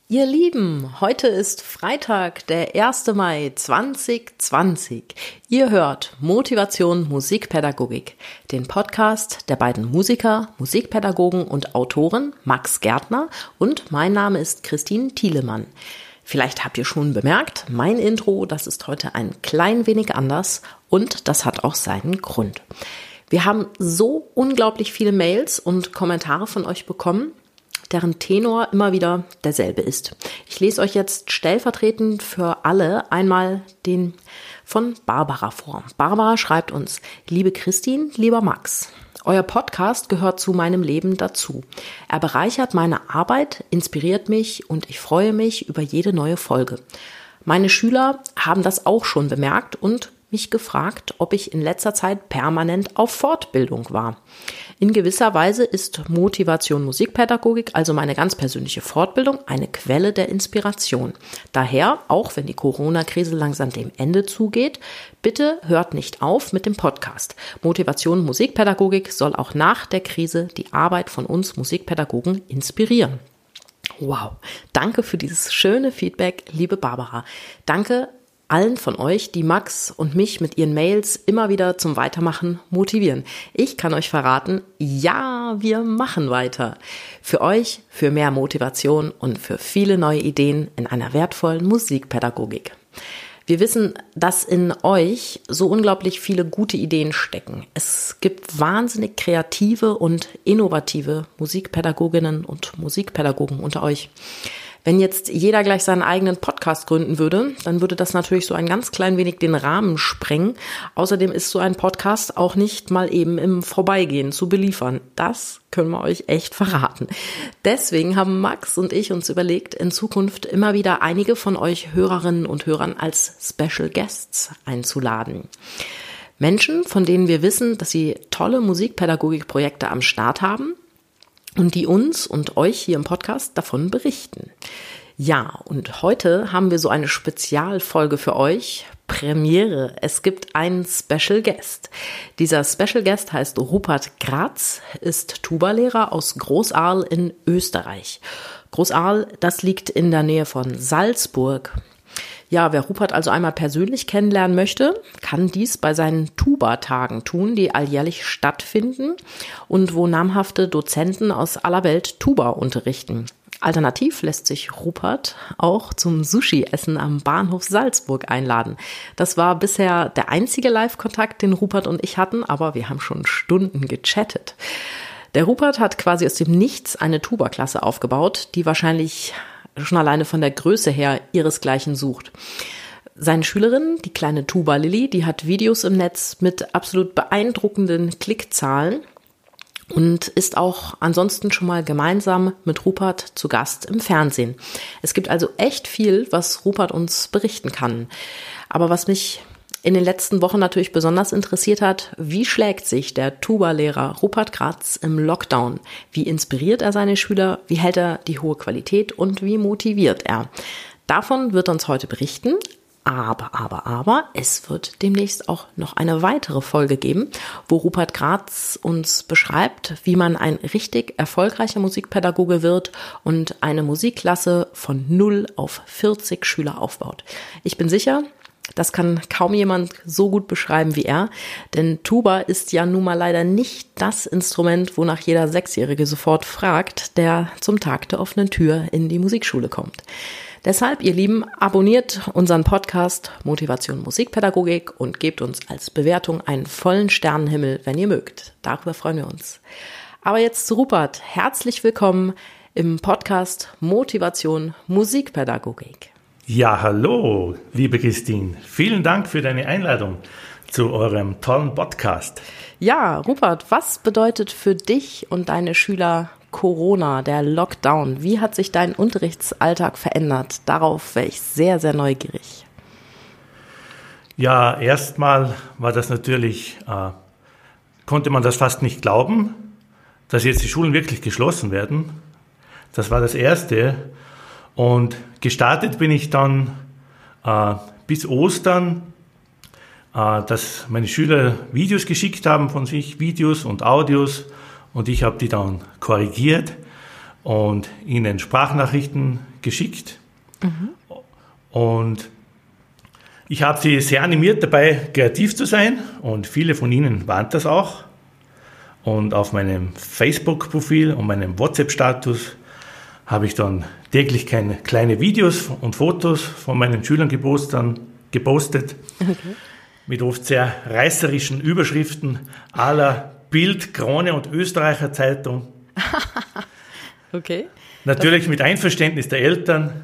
Ihr Lieben, heute ist Freitag, der 1. Mai 2020. Ihr hört Motivation Musikpädagogik, den Podcast der beiden Musiker, Musikpädagogen und Autoren Max Gärtner und mein Name ist Christine Thielemann. Vielleicht habt ihr schon bemerkt, mein Intro, das ist heute ein klein wenig anders und das hat auch seinen Grund. Wir haben so unglaublich viele Mails und Kommentare von euch bekommen, deren Tenor immer wieder derselbe ist. Ich lese euch jetzt stellvertretend für alle einmal den von Barbara vor. Barbara schreibt uns: Liebe Christine, lieber Max, euer Podcast gehört zu meinem Leben dazu. Er bereichert meine Arbeit, inspiriert mich und ich freue mich über jede neue Folge. Meine Schüler haben das auch schon bemerkt und mich gefragt, ob ich in letzter Zeit permanent auf Fortbildung war. In gewisser Weise ist Motivation Musikpädagogik, also meine ganz persönliche Fortbildung, eine Quelle der Inspiration. Daher, auch wenn die Corona-Krise langsam dem Ende zugeht, bitte hört nicht auf mit dem Podcast. Motivation Musikpädagogik soll auch nach der Krise die Arbeit von uns Musikpädagogen inspirieren. Wow, danke für dieses schöne Feedback, liebe Barbara. Danke allen von euch, die Max und mich mit ihren Mails immer wieder zum Weitermachen motivieren. Ich kann euch verraten, ja, wir machen weiter. Für euch, für mehr Motivation und für viele neue Ideen in einer wertvollen Musikpädagogik. Wir wissen, dass in euch so unglaublich viele gute Ideen stecken. Es gibt wahnsinnig kreative und innovative Musikpädagoginnen und Musikpädagogen unter euch. Wenn jetzt jeder gleich seinen eigenen Podcast gründen würde, dann würde das natürlich so ein ganz klein wenig den Rahmen sprengen. Außerdem ist so ein Podcast auch nicht mal eben im Vorbeigehen zu beliefern. Das können wir euch echt verraten. Deswegen haben Max und ich uns überlegt, in Zukunft immer wieder einige von euch Hörerinnen und Hörern als Special Guests einzuladen. Menschen, von denen wir wissen, dass sie tolle Musikpädagogikprojekte am Start haben und die uns und euch hier im Podcast davon berichten. Ja, und heute haben wir so eine Spezialfolge für euch. Premiere. Es gibt einen Special Guest. Dieser Special Guest heißt Rupert Gratz, ist Tubalehrer aus Großaal in Österreich. Großaal, das liegt in der Nähe von Salzburg. Ja, wer Rupert also einmal persönlich kennenlernen möchte, kann dies bei seinen Tuba-Tagen tun, die alljährlich stattfinden und wo namhafte Dozenten aus aller Welt Tuba unterrichten. Alternativ lässt sich Rupert auch zum Sushi-Essen am Bahnhof Salzburg einladen. Das war bisher der einzige Live-Kontakt, den Rupert und ich hatten, aber wir haben schon Stunden gechattet. Der Rupert hat quasi aus dem Nichts eine Tuba-Klasse aufgebaut, die wahrscheinlich schon alleine von der Größe her ihresgleichen sucht. Seine Schülerin, die kleine Tuba Lilly, die hat Videos im Netz mit absolut beeindruckenden Klickzahlen und ist auch ansonsten schon mal gemeinsam mit Rupert zu Gast im Fernsehen. Es gibt also echt viel, was Rupert uns berichten kann. Aber was mich in den letzten Wochen natürlich besonders interessiert hat: Wie schlägt sich der Tuba-Lehrer Rupert Gratz im Lockdown? Wie inspiriert er seine Schüler? Wie hält er die hohe Qualität und wie motiviert er? Davon wird er uns heute berichten. Aber, es wird demnächst auch noch eine weitere Folge geben, wo Rupert Gratz uns beschreibt, wie man ein richtig erfolgreicher Musikpädagoge wird und eine Musikklasse von 0 auf 40 Schüler aufbaut. Ich bin sicher, das kann kaum jemand so gut beschreiben wie er, denn Tuba ist ja nun mal leider nicht das Instrument, wonach jeder Sechsjährige sofort fragt, der zum Tag der offenen Tür in die Musikschule kommt. Deshalb, ihr Lieben, abonniert unseren Podcast Motivation Musikpädagogik und gebt uns als Bewertung einen vollen Sternenhimmel, wenn ihr mögt. Darüber freuen wir uns. Aber jetzt zu Rupert. Herzlich willkommen im Podcast Motivation Musikpädagogik. Ja, hallo, liebe Christine. Vielen Dank für deine Einladung zu eurem tollen Podcast. Ja, Rupert, was bedeutet für dich und deine Schüler Corona, der Lockdown? Wie hat sich dein Unterrichtsalltag verändert? Darauf wäre ich sehr, sehr neugierig. Ja, erstmal war das natürlich, konnte man das fast nicht glauben, dass jetzt die Schulen wirklich geschlossen werden. Das war das Erste. Und gestartet bin ich dann bis Ostern, dass meine Schüler Videos geschickt haben von sich, Videos und Audios, und ich habe die dann korrigiert und ihnen Sprachnachrichten geschickt. Und ich habe sie sehr animiert dabei, kreativ zu sein, und viele von ihnen waren das auch. Und auf meinem Facebook-Profil und meinem WhatsApp-Status habe ich dann täglich kleine Videos und Fotos von meinen Schülern gepostet, mit oft sehr reißerischen Überschriften à la Bild, Krone und Österreicher Zeitung. Okay. Natürlich mit Einverständnis der Eltern.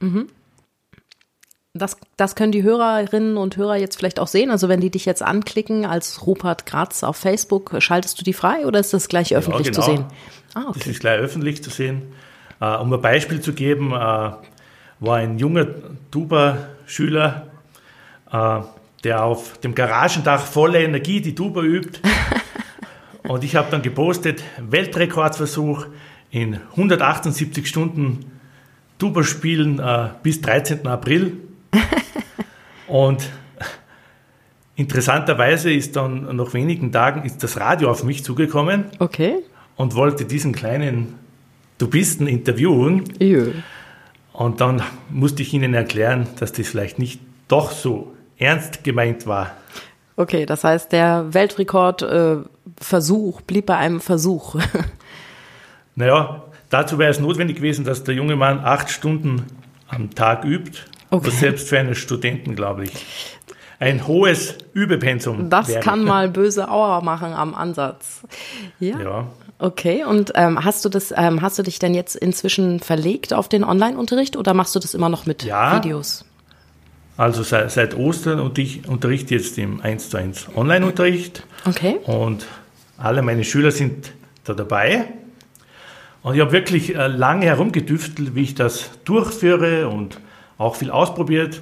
Das können die Hörerinnen und Hörer jetzt vielleicht auch sehen. Also wenn die dich jetzt anklicken als Rupert Gratz auf Facebook, schaltest du die frei oder ist das gleich öffentlich zu sehen? Okay. Das ist gleich öffentlich zu sehen. Um ein Beispiel zu geben, war ein junger Tuba-Schüler, der auf dem Garagendach voller Energie die Tuba übt. Und ich habe dann gepostet, Weltrekordversuch in 178 Stunden Tuba spielen bis 13. April. Und interessanterweise ist dann nach wenigen Tagen ist das Radio auf mich zugekommen und wollte diesen kleinen Tubisten interviewen. Und dann musste ich ihnen erklären, dass das vielleicht nicht doch so ernst gemeint war. Okay, das heißt, der Weltrekordversuch blieb bei einem Versuch. Naja, dazu wäre es notwendig gewesen, dass der junge Mann 8 Stunden am Tag übt. Was selbst für einen Studenten, glaube ich, ein hohes Übepensum Das wäre. kann mal böse Aua machen am Ansatz. Ja. Okay, und hast du dich denn jetzt inzwischen verlegt auf den Online-Unterricht oder machst du das immer noch mit Videos? Also seit Ostern, und ich unterrichte jetzt im 1:1 Online-Unterricht. Okay. Und alle meine Schüler sind da dabei. Und ich habe wirklich lange herumgedüftelt, wie ich das durchführe und auch viel ausprobiert.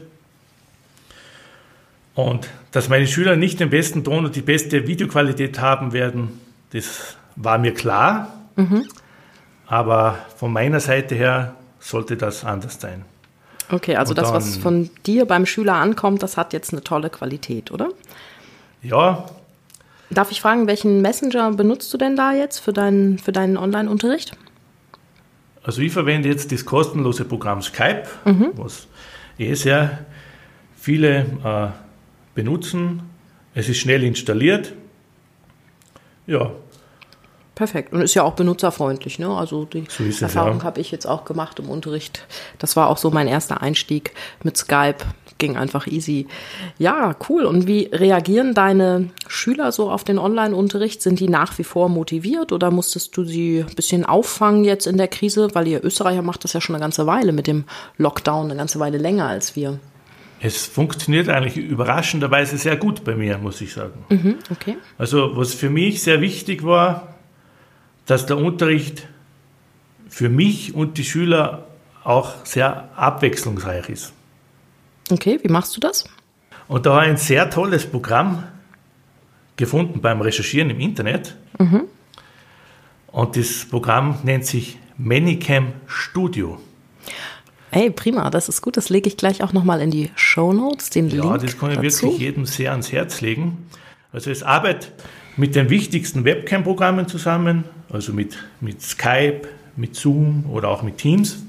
Und dass meine Schüler nicht den besten Ton und die beste Videoqualität haben werden, das war mir klar. Aber von meiner Seite her sollte das anders sein. Okay, also das, was von dir beim Schüler ankommt, das hat jetzt eine tolle Qualität, oder? Ja. Darf ich fragen, welchen Messenger benutzt du denn da jetzt für deinen Online-Unterricht? Also ich verwende jetzt das kostenlose Programm Skype, was sehr viele benutzen. Es ist schnell installiert. Ja. Perfekt. Und ist ja auch benutzerfreundlich, ne? Also die Erfahrung habe ich jetzt auch gemacht im Unterricht. Das war auch so mein erster Einstieg mit Skype. Ging einfach easy. Ja, cool. Und wie reagieren deine Schüler so auf den Online-Unterricht? Sind die nach wie vor motiviert oder musstest du sie ein bisschen auffangen jetzt in der Krise? Weil ihr Österreicher macht das ja schon eine ganze Weile mit dem Lockdown, eine ganze Weile länger als wir. Es funktioniert eigentlich überraschenderweise sehr gut bei mir, muss ich sagen. Okay. Also was für mich sehr wichtig war, dass der Unterricht für mich und die Schüler auch sehr abwechslungsreich ist. Okay, wie machst du das? Und da habe ich ein sehr tolles Programm gefunden beim Recherchieren im Internet. Und das Programm nennt sich ManyCam Studio. Hey, prima, das ist gut. Das lege ich gleich auch nochmal in die Shownotes, den Link Ja, das kann ich dazu. wirklich jedem sehr ans Herz legen. Also es arbeitet mit den wichtigsten Webcam-Programmen zusammen, also mit Skype, mit Zoom oder auch mit Teams.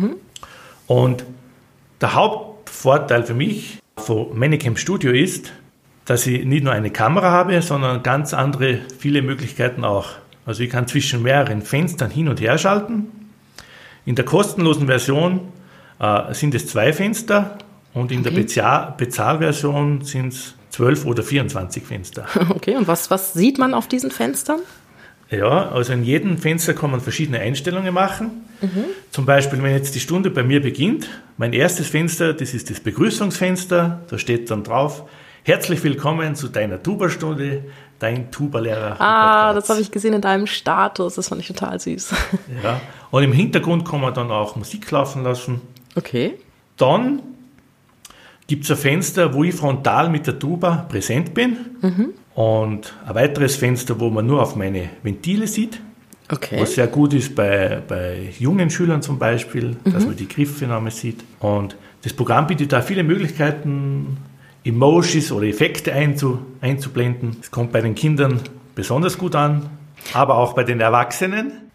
Und der Hauptvorteil für mich von ManyCam Studio ist, dass ich nicht nur eine Kamera habe, sondern ganz andere, viele Möglichkeiten auch. Also ich kann zwischen mehreren Fenstern hin und her schalten. In der kostenlosen Version sind es 2 Fenster und in der Bezahlversion sind es 12 oder 24 Fenster. Okay, und was sieht man auf diesen Fenstern? Ja, also in jedem Fenster kann man verschiedene Einstellungen machen. Zum Beispiel, wenn jetzt die Stunde bei mir beginnt, mein erstes Fenster, das ist das Begrüßungsfenster, da steht dann drauf, herzlich willkommen zu deiner Tuba-Stunde, dein Tuba-Lehrer. Das habe ich gesehen in deinem Status, das fand ich total süß. Ja, und im Hintergrund kann man dann auch Musik laufen lassen. Okay. Dann gibt es ein Fenster, wo ich frontal mit der Tuba präsent bin. Und ein weiteres Fenster, wo man nur auf meine Ventile sieht. Okay. Was sehr gut ist bei jungen Schülern zum Beispiel, dass man die Griffe noch mal sieht. Und das Programm bietet da viele Möglichkeiten, Emojis oder Effekte einzublenden. Das kommt bei den Kindern besonders gut an, aber auch bei den Erwachsenen.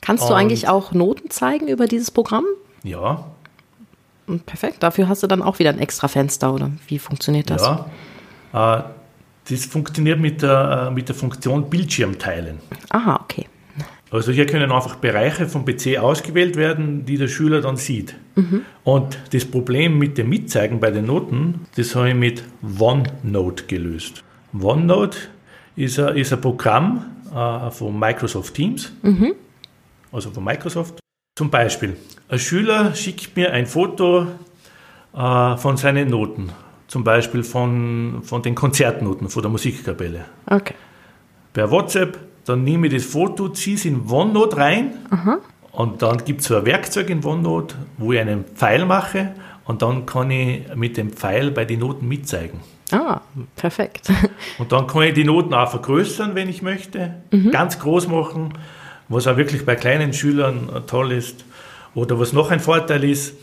Kannst du eigentlich auch Noten zeigen über dieses Programm? Ja. Perfekt, dafür hast du dann auch wieder ein extra Fenster, oder wie funktioniert das? Ja, das funktioniert mit der Funktion Bildschirm teilen. Aha, okay. Also hier können einfach Bereiche vom PC ausgewählt werden, die der Schüler dann sieht. Und das Problem mit dem Mitzeigen bei den Noten, das habe ich mit OneNote gelöst. OneNote ist ein Programm von Microsoft Teams, also von Microsoft. Zum Beispiel, ein Schüler schickt mir ein Foto von seinen Noten, zum Beispiel von den Konzertnoten von der Musikkapelle. Okay. Per WhatsApp, dann nehme ich das Foto, ziehe es in OneNote rein und dann gibt es so ein Werkzeug in OneNote, wo ich einen Pfeil mache und dann kann ich mit dem Pfeil bei den Noten mitzeigen. Ah, perfekt. Und dann kann ich die Noten auch vergrößern, wenn ich möchte, ganz groß machen, was auch wirklich bei kleinen Schülern toll ist. Oder was noch ein Vorteil ist,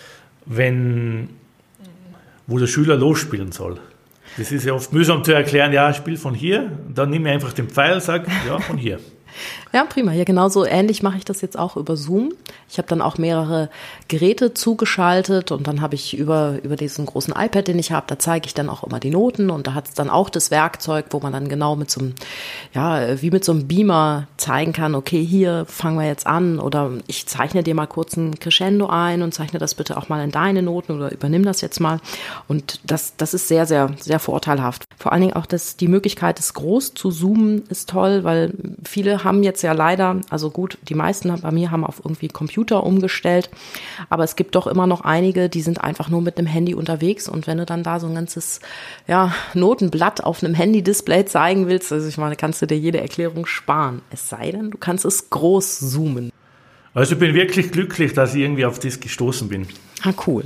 wo der Schüler losspielen soll. Das ist ja oft mühsam zu erklären, ja, spiel von hier, dann nehme ich einfach den Pfeil und sage, ja, von hier. Ja, prima. Ja, genauso ähnlich mache ich das jetzt auch über Zoom. Ich habe dann auch mehrere Geräte zugeschaltet und dann habe ich über diesen großen iPad, den ich habe, da zeige ich dann auch immer die Noten und da hat es dann auch das Werkzeug, wo man dann genau mit so einem, ja, wie mit so einem Beamer zeigen kann, okay, hier fangen wir jetzt an oder ich zeichne dir mal kurz ein Crescendo ein und zeichne das bitte auch mal in deine Noten oder übernimm das jetzt mal. Und das ist sehr, sehr, sehr vorteilhaft. Vor allen Dingen auch die Möglichkeit, es groß zu zoomen, ist toll, weil viele haben jetzt ja leider, also gut, die meisten bei mir haben auf irgendwie Computer umgestellt, aber es gibt doch immer noch einige, die sind einfach nur mit einem Handy unterwegs und wenn du dann da so ein ganzes, ja, Notenblatt auf einem Handy-Display zeigen willst, also ich meine, kannst du dir jede Erklärung sparen, es sei denn, du kannst es groß zoomen. Also ich bin wirklich glücklich, dass ich irgendwie auf das gestoßen bin. Ah, cool.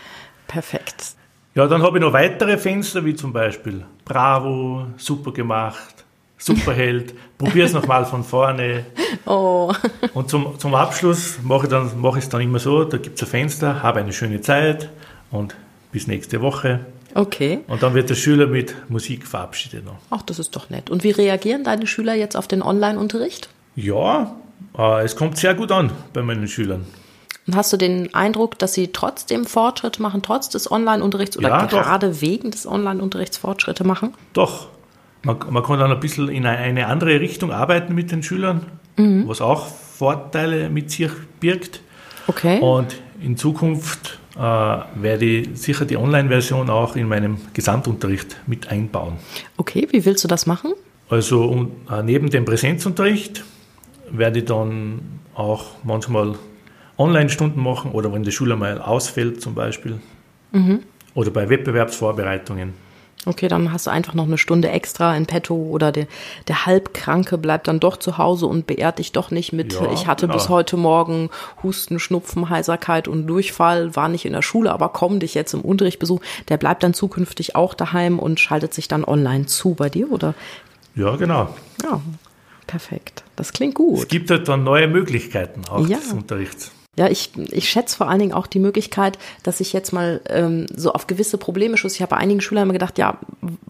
Perfekt. Ja, dann habe ich noch weitere Fenster, wie zum Beispiel Bravo, super gemacht, Superheld, probier's nochmal von vorne. Oh. Und zum Abschluss mache ich es dann immer so, da gibt es ein Fenster, habe eine schöne Zeit und bis nächste Woche. Okay. Und dann wird der Schüler mit Musik verabschiedet. Ach, das ist doch nett. Und wie reagieren deine Schüler jetzt auf den Online-Unterricht? Ja, es kommt sehr gut an bei meinen Schülern. Und hast du den Eindruck, dass sie trotzdem Fortschritte machen, trotz des Online-Unterrichts oder ja, gerade doch. Wegen des Online-Unterrichts Fortschritte machen? Doch. Man kann dann ein bisschen in eine andere Richtung arbeiten mit den Schülern, was auch Vorteile mit sich birgt. Okay. Und in Zukunft werde ich sicher die Online-Version auch in meinem Gesamtunterricht mit einbauen. Okay, wie willst du das machen? Also neben dem Präsenzunterricht werde ich dann auch manchmal Online-Stunden machen oder wenn der Schüler mal ausfällt zum Beispiel oder bei Wettbewerbsvorbereitungen. Okay, dann hast du einfach noch eine Stunde extra in petto oder der Halbkranke bleibt dann doch zu Hause und beehrt dich doch nicht mit, ja, ich hatte bis heute Morgen Husten, Schnupfen, Heiserkeit und Durchfall, war nicht in der Schule, aber komm dich jetzt im Unterricht besuchen. Der bleibt dann zukünftig auch daheim und schaltet sich dann online zu bei dir, oder? Ja, genau. Ja, perfekt. Das klingt gut. Es gibt halt dann neue Möglichkeiten auch des Unterrichts. Ja, ich schätze vor allen Dingen auch die Möglichkeit, dass ich jetzt mal so auf gewisse Probleme stoße. Ich habe bei einigen Schülern immer gedacht, ja,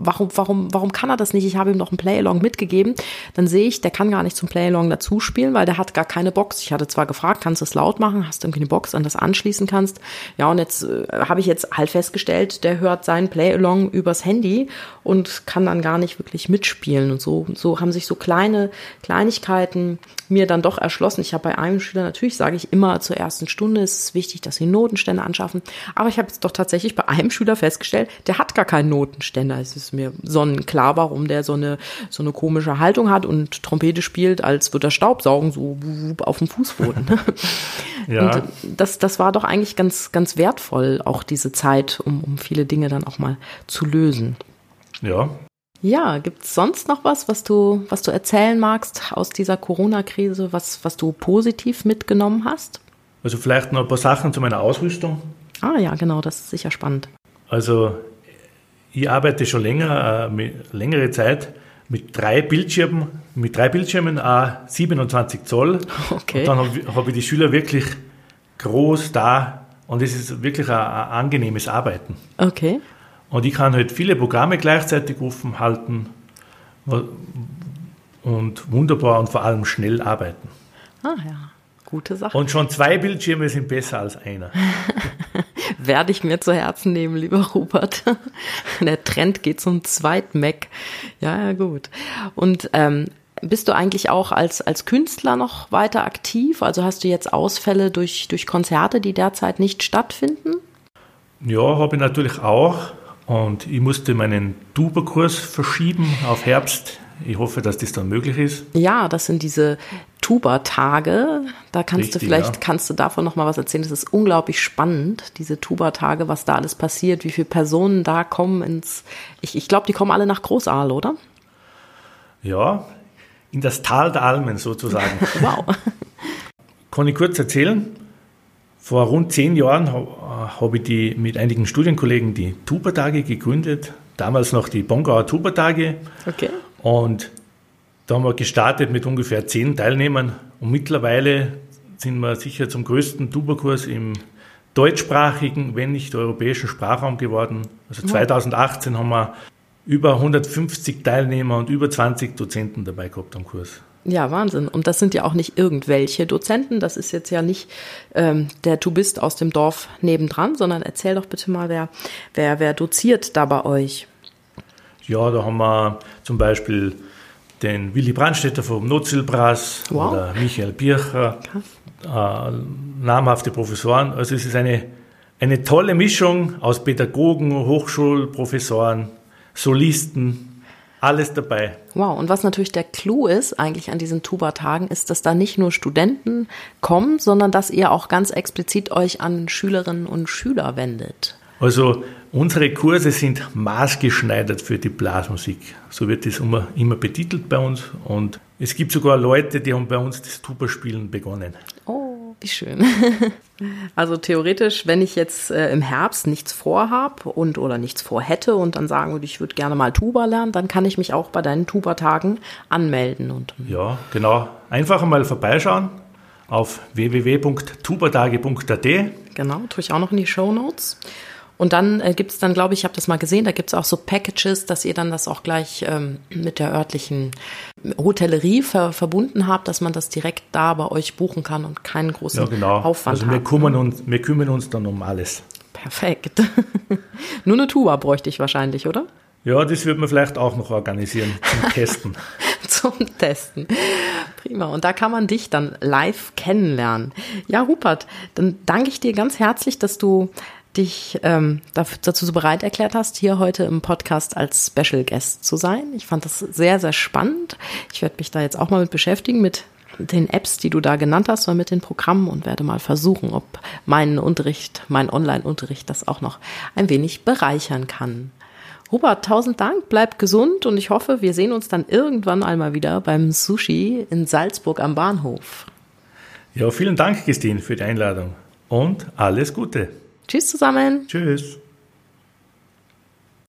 warum kann er das nicht? Ich habe ihm noch ein Play-Along mitgegeben. Dann sehe ich, der kann gar nicht zum Play-Along dazu spielen, weil der hat gar keine Box. Ich hatte zwar gefragt, kannst du es laut machen? Hast du irgendwie eine Box, an das anschließen kannst? Ja, und jetzt habe ich jetzt halt festgestellt, der hört seinen Play-Along übers Handy und kann dann gar nicht wirklich mitspielen. Und so haben sich so Kleinigkeiten mir dann doch erschlossen. Ich habe bei einem Schüler, natürlich sage ich immer zur ersten Stunde, ist es wichtig, dass sie Notenständer anschaffen. Aber ich habe jetzt doch tatsächlich bei einem Schüler festgestellt, der hat gar keinen Notenständer. Es ist mir sonnenklar, warum der so eine komische Haltung hat und Trompete spielt, als würde er Staubsaugen, so auf dem Fußboden. Ja. Und das war doch eigentlich ganz, ganz wertvoll, auch diese Zeit, um viele Dinge dann auch mal zu lösen. Ja. Ja, gibt es sonst noch was du erzählen magst aus dieser Corona-Krise, was du positiv mitgenommen hast? Also vielleicht noch ein paar Sachen zu meiner Ausrüstung. Ah ja, genau, das ist sicher spannend. Also ich arbeite schon längere Zeit mit drei Bildschirmen, 27 Zoll. Okay. Und dann habe ich die Schüler wirklich groß da und es ist wirklich ein angenehmes Arbeiten. Okay. Und ich kann halt viele Programme gleichzeitig offen halten und wunderbar und vor allem schnell arbeiten. Ah ja. Gute Sache. Und schon 2 Bildschirme sind besser als einer. Werde ich mir zu Herzen nehmen, lieber Rupert. Der Trend geht zum Zweit-Mac. Ja, gut. Und bist du eigentlich auch als Künstler noch weiter aktiv? Also hast du jetzt Ausfälle durch Konzerte, die derzeit nicht stattfinden? Ja, habe ich natürlich auch. Und ich musste meinen Tuba-Kurs verschieben auf Herbst. Ich hoffe, dass das dann möglich ist. Ja, das sind diese Tuba-Tage. Da kannst kannst du davon noch mal was erzählen. Das ist unglaublich spannend, diese Tuba-Tage, was da alles passiert, wie viele Personen da kommen ich glaube, die kommen alle nach Großaal, oder? Ja, in das Tal der Almen sozusagen. Wow. Kann ich kurz erzählen? Vor rund 10 Jahren habe ich mit einigen Studienkollegen die Tuba-Tage gegründet. Damals noch die Bongauer Tuba-Tage. Okay. Und da haben wir gestartet mit ungefähr 10 Teilnehmern. Und mittlerweile sind wir sicher zum größten Tuba-Kurs im deutschsprachigen, wenn nicht europäischen Sprachraum geworden. Also 2018 haben wir über 150 Teilnehmer und über 20 Dozenten dabei gehabt am Kurs. Ja, Wahnsinn. Und das sind ja auch nicht irgendwelche Dozenten. Das ist jetzt ja nicht der Tubist aus dem Dorf nebendran, sondern erzähl doch bitte mal, wer doziert da bei euch? Ja, da haben wir zum Beispiel den Willy Brandstätter vom Notzielbrass oder Michael Bircher, namhafte Professoren. Also es ist eine tolle Mischung aus Pädagogen, Hochschulprofessoren, Solisten, alles dabei. Wow, und was natürlich der Clou ist eigentlich an diesen Tuba-Tagen, ist, dass da nicht nur Studenten kommen, sondern dass ihr auch ganz explizit euch an Schülerinnen und Schüler wendet. Also unsere Kurse sind maßgeschneidert für die Blasmusik. So wird das immer betitelt bei uns. Und es gibt sogar Leute, die haben bei uns das Tuba-Spielen begonnen. Oh, wie schön. Also theoretisch, wenn ich jetzt im Herbst nichts vorhab oder nichts vorhätte und dann sagen würde, ich würde gerne mal Tuba lernen, dann kann ich mich auch bei deinen Tuba-Tagen anmelden. Ja, genau. Einfach mal vorbeischauen auf www.tubatage.at. Genau, tue ich auch noch in die Shownotes. Und dann gibt es dann, glaube ich habe das mal gesehen, da gibt es auch so Packages, dass ihr dann das auch gleich mit der örtlichen Hotellerie verbunden habt, dass man das direkt da bei euch buchen kann und keinen großen Aufwand hat. Also wir kümmern uns dann um alles. Perfekt. Nur eine Tuba bräuchte ich wahrscheinlich, oder? Ja, das wird man vielleicht auch noch organisieren zum Testen. Zum Testen. Prima. Und da kann man dich dann live kennenlernen. Ja, Rupert, dann danke ich dir ganz herzlich, dass du dich dazu so bereit erklärt hast, hier heute im Podcast als Special Guest zu sein. Ich fand das sehr, sehr spannend. Ich werde mich da jetzt auch mal mit beschäftigen, mit den Apps, die du da genannt hast, oder mit den Programmen und werde mal versuchen, ob mein Online-Unterricht das auch noch ein wenig bereichern kann. Rupert, 1000 Dank, bleib gesund und ich hoffe, wir sehen uns dann irgendwann einmal wieder beim Sushi in Salzburg am Bahnhof. Ja, vielen Dank, Christine, für die Einladung und alles Gute. Tschüss zusammen. Tschüss.